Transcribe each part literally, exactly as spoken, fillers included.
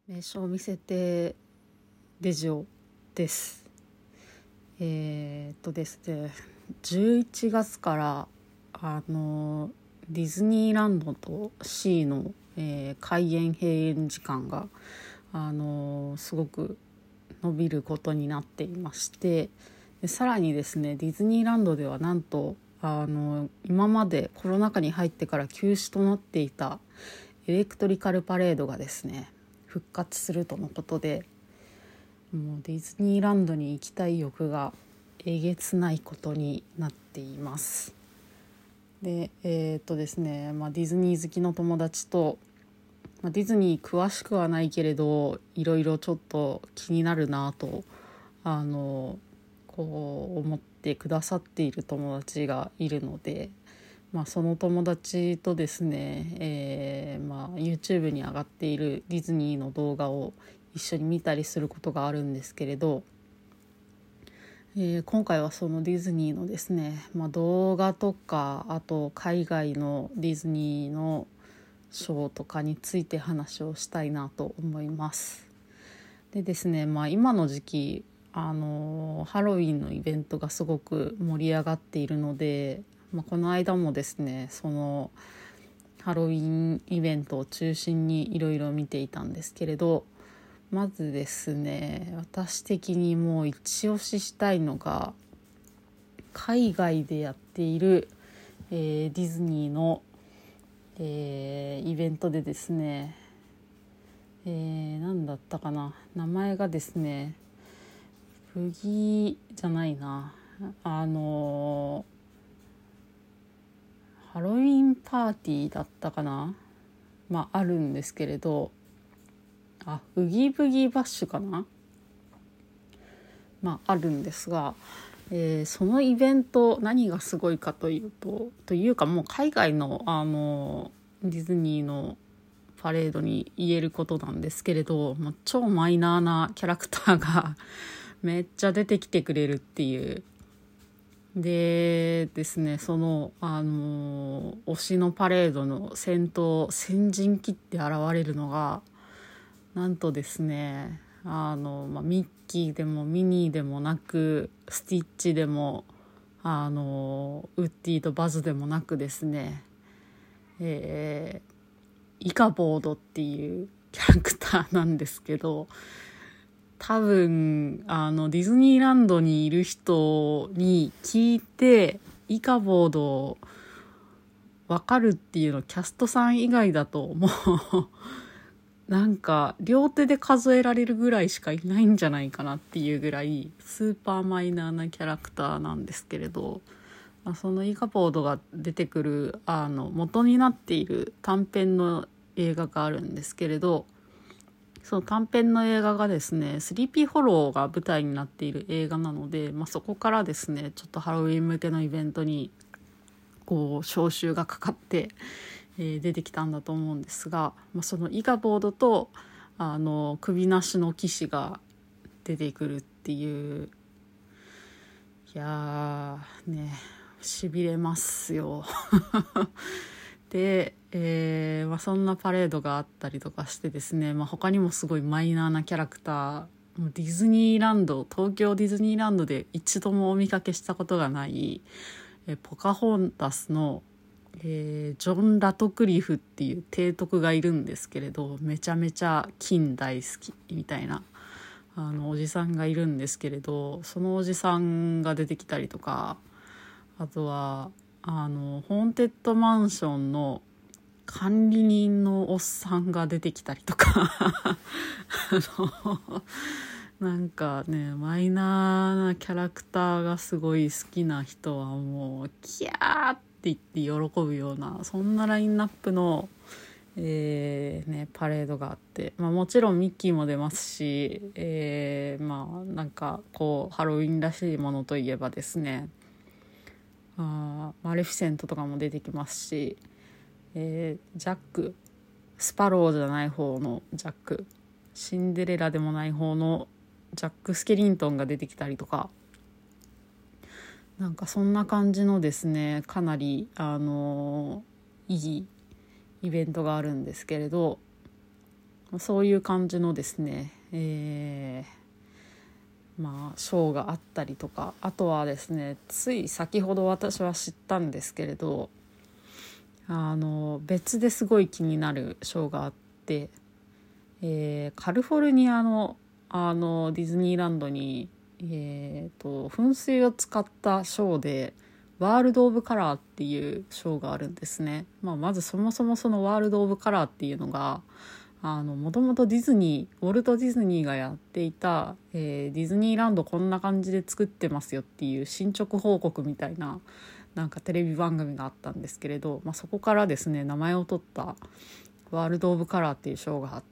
名所を見せてデジオです。えー、っとですねじゅういちがつからあのディズニーランドと シー の、えー、開園閉園時間があのすごく伸びることになっていまして、でさらにですねディズニーランドではなんとあの今までコロナ禍に入ってから休止となっていたエレクトリカルパレードがですね復活するとのことで、もうディズニーランドに行きたい欲がえげつないことになっています。でえー、っとですね、まあ、ディズニー好きの友達と、まあ、ディズニー詳しくはないけれどいろいろちょっと気になるなとあのこう思ってくださっている友達がいるので、まあ、その友達とですね、えーまあ、YouTube に上がっているディズニーの動画を一緒に見たりすることがあるんですけれど、えー、今回はそのディズニーのですね、まあ、動画とかあと海外のディズニーのショーとかについて話をしたいなと思います。でですね、まあ、今の時期あのハロウィンのイベントがすごく盛り上がっているので、まあ、この間もですねそのハロウィンイベントを中心にいろいろ見ていたんですけれど、まずですね私的にもう一押ししたいのが海外でやっている、えー、ディズニーの、えー、イベントでですね、えー、何だったかな、名前がですねブギーじゃないなあのハロウィンパーティーだったかな、まああるんですけれど、あウギーブギーバッシュかな、まああるんですが、えー、そのイベント何がすごいかというとというかもう海外のあのディズニーのパレードに言えることなんですけれど、まあ、超マイナーなキャラクターがめっちゃ出てきてくれるっていうでですね、そのあの推しのパレードの先頭先陣切って現れるのがなんとですねあの、まあ、ミッキーでもミニーでもなくスティッチでもあのウッディとバズでもなくですね、えー、イカボードっていうキャラクターなんですけど、多分あのディズニーランドにいる人に聞いてイカボード分かるっていうのキャストさん以外だともうなんか両手で数えられるぐらいしかいないんじゃないかなっていうぐらいスーパーマイナーなキャラクターなんですけれど、そのイカボードが出てくるあの元になっている短編の映画があるんですけれど、その短編の映画がですねスリーピーホローが舞台になっている映画なので、まあ、そこからですねちょっとハロウィン向けのイベントにこう招集がかかって、えー、出てきたんだと思うんですが、まあ、そのイガボードとあの首なしの騎士が出てくるっていう、いやーねしびれますよで、えーまあ、そんなパレードがあったりとかしてですね、まあ、他にもすごいマイナーなキャラクター、ディズニーランド東京ディズニーランドで一度もお見かけしたことがないえポカホンタスの、えー、ジョン・ラトクリフっていう提督がいるんですけれど、めちゃめちゃ金大好きみたいなあのおじさんがいるんですけれど、そのおじさんが出てきたりとか、あとはあのホーンテッドマンションの管理人のおっさんが出てきたりとかあのなんかねマイナーなキャラクターがすごい好きな人はもうキャーって言って喜ぶようなそんなラインナップの、えーね、パレードがあって、まあ、もちろんミッキーも出ますし、えー、まあなんかこうハロウィンらしいものといえばですね、あマレフィセントとかも出てきますし、えー、ジャックスパローじゃない方のジャック、シンデレラでもない方のジャック・スケリントンが出てきたりとか、なんかそんな感じのですねかなりあのいいイベントがあるんですけれど、 そういう感じのですね、えー、まあショーがあったりとか、あとはですね、つい先ほど私は知ったんですけれど、あの別ですごい気になるショーがあって、えー、カリフォルニアのあのディズニーランドに、えー、と噴水を使ったショーでワールド・オブ・カラーっていうショーがあるんですね。まあ、まずそもそもそのワールド・オブ・カラーっていうのが、あのもともとディズニーウォルト・ディズニーがやっていた、えー、ディズニーランドこんな感じで作ってますよっていう進捗報告みたいななんかテレビ番組があったんですけれど、まあ、そこからですね名前を取ったワールド・オブ・カラーっていうショーがあって、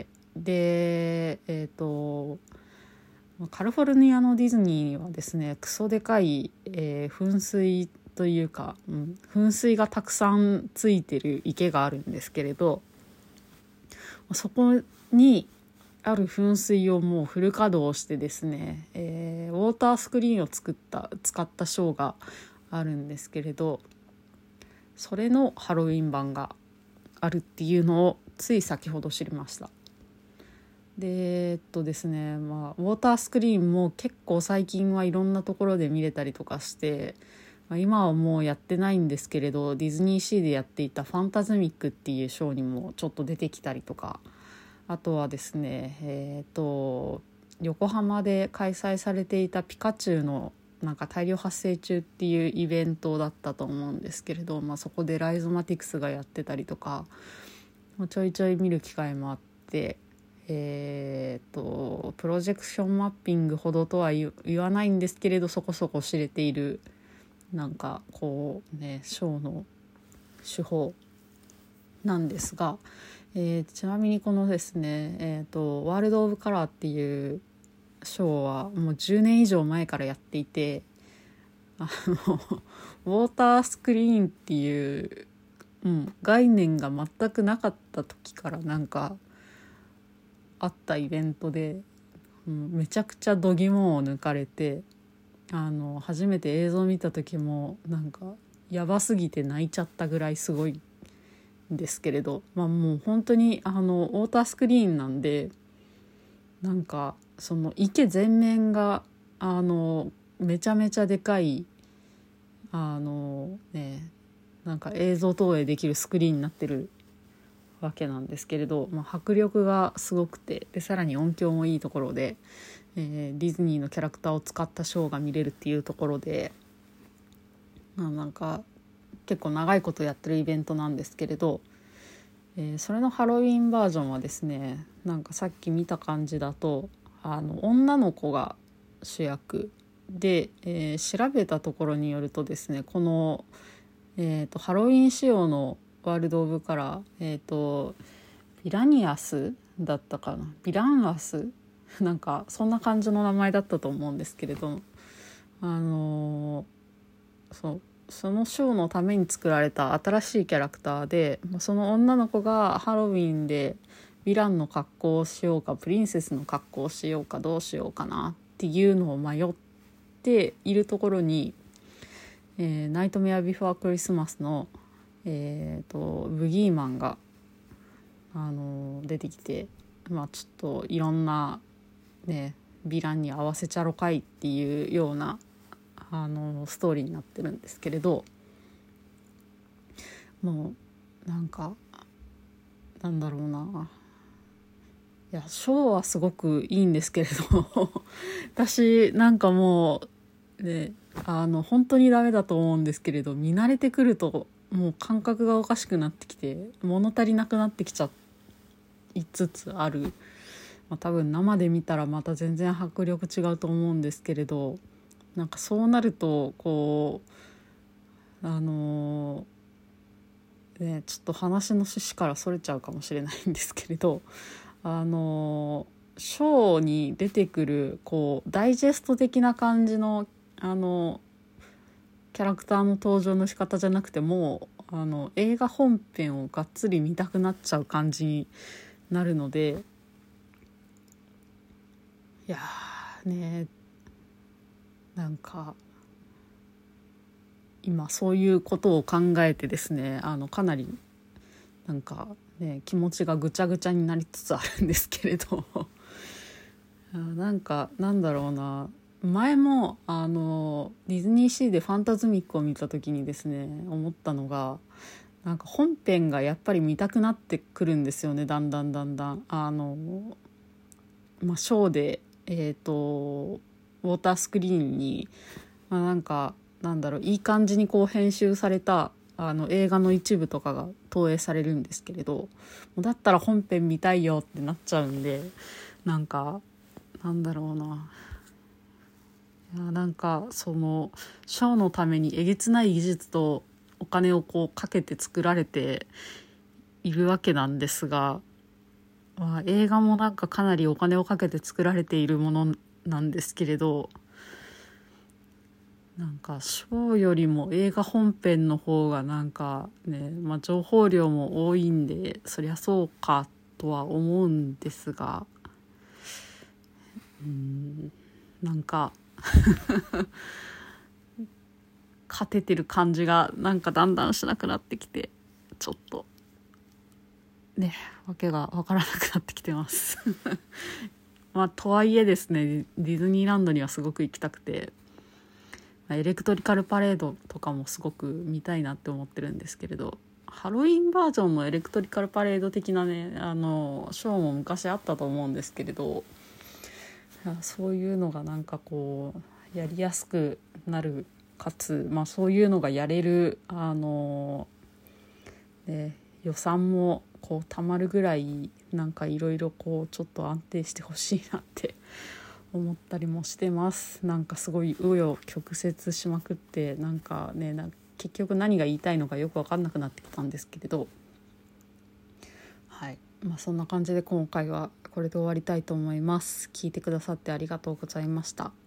でえっ、ー、とカリフォルニアのディズニーはですねクソでかい、えー、噴水というか、うん、噴水がたくさんついてる池があるんですけれど、そこにある噴水をもうフル稼働してですね、えー、ウォータースクリーンを作った使ったショーがあるんですけれど、それのハロウィン版があるっていうのをつい先ほど知りました。でえっとですね、まあ、ウォータースクリーンも結構最近はいろんなところで見れたりとかして、まあ、今はもうやってないんですけれど、ディズニーシーでやっていたファンタズミックっていうショーにもちょっと出てきたりとか、あとはですね、えー、と横浜で開催されていたピカチュウのなんか大量発生中っていうイベントだったと思うんですけれど、まあ、そこでライゾマティクスがやってたりとかちょいちょい見る機会もあって、えー、とプロジェクションマッピングほどとは言わないんですけれど、そこそこ知れているなんかこうねショーの手法なんですが、えー、ちなみにこのですね、えーと、ワールド・オブ・カラーっていうショーはもうじゅうねん以上前からやっていて、あのウォータースクリーンっていう、うん、概念が全くなかった時からなんかあったイベントで、うん、めちゃくちゃ度肝を抜かれて、あの初めて映像を見た時もなんかやばすぎて泣いちゃったぐらいすごいですけれど、まあ、もう本当にあのウォータースクリーンなんで、なんかその池全面があのめちゃめちゃでかいあのねなんか映像投影できるスクリーンになってるわけなんですけれど、まあ、迫力がすごくて、でさらに音響もいいところで、えー、ディズニーのキャラクターを使ったショーが見れるっていうところで、まあ、なんか結構長いことやってるイベントなんですけれど、えー、それのハロウィンバージョンはですね、なんかさっき見た感じだとあの女の子が主役で、えー、調べたところによるとですね、この、えー、とハロウィン仕様のワールド・オブ・カラー、えー、とビラニアスだったかなビランアスなんかそんな感じの名前だったと思うんですけれど、あのー、そうそのショーのために作られた新しいキャラクターで、その女の子がハロウィンでヴィランの格好をしようかプリンセスの格好をしようかどうしようかなっていうのを迷っているところに、えー、ナイトメアビフォークリスマスの、えー、とブギーマンが、あのー、出てきて、まあ、ちょっといろんな、ね、ヴィランに合わせちゃろかいっていうようなあのストーリーになってるんですけれど、もうなんかなんだろうな、いやショーはすごくいいんですけれど私なんかもうねあの本当にダメだと思うんですけれど、見慣れてくるともう感覚がおかしくなってきて物足りなくなってきちゃいつつある、まあ、多分生で見たらまた全然迫力違うと思うんですけれど、なんかそうなるとこうあのー、ねちょっと話の趣旨からそれちゃうかもしれないんですけれど、あのー、ショーに出てくるこうダイジェスト的な感じのあのキャラクターの登場の仕方じゃなくて、もうあの映画本編をがっつり見たくなっちゃう感じになるので、いやーねなんか今そういうことを考えてですね、あのかなりなんかね、気持ちがぐちゃぐちゃになりつつあるんですけれどなんかなんだろうな、前もあのディズニーシーでファンタズミックを見た時にですね思ったのが、なんか本編がやっぱり見たくなってくるんですよね。だんだんだんだんあの、まあ、ショーで、えーと、ウォータースクリーンに、まあ、なんかなんだろう、いい感じにこう編集されたあの映画の一部とかが投影されるんですけれど、だったら本編見たいよってなっちゃうんで、なんかなんだろうな、いやなんかそのショーのためにえげつない技術とお金をこうかけて作られているわけなんですが、まあ、映画もなんかかなりお金をかけて作られているものなんですけれど、なんかショーよりも映画本編の方がなんかね、まあ、情報量も多いんでそりゃそうかとは思うんですが、うーんなんか勝ててる感じがなんかだんだんしなくなってきて、ちょっとねわけが分からなくなってきてますまあとはいえですね、ディズニーランドにはすごく行きたくて、エレクトリカルパレードとかもすごく見たいなって思ってるんですけれど、ハロウィンバージョンのエレクトリカルパレード的なね、あのショーも昔あったと思うんですけれど、そういうのがなんかこうやりやすくなる、かつ、まあ、そういうのがやれるあの、ね、予算もこうたまるぐらいなんかいろいろこうちょっと安定してほしいなって思ったりもしてます。なんかすごい紆余曲折しまくって、なんかねな結局何が言いたいのかよく分かんなくなってきたんですけれど、はい、まあ、そんな感じで今回はこれで終わりたいと思います。聞いてくださってありがとうございました。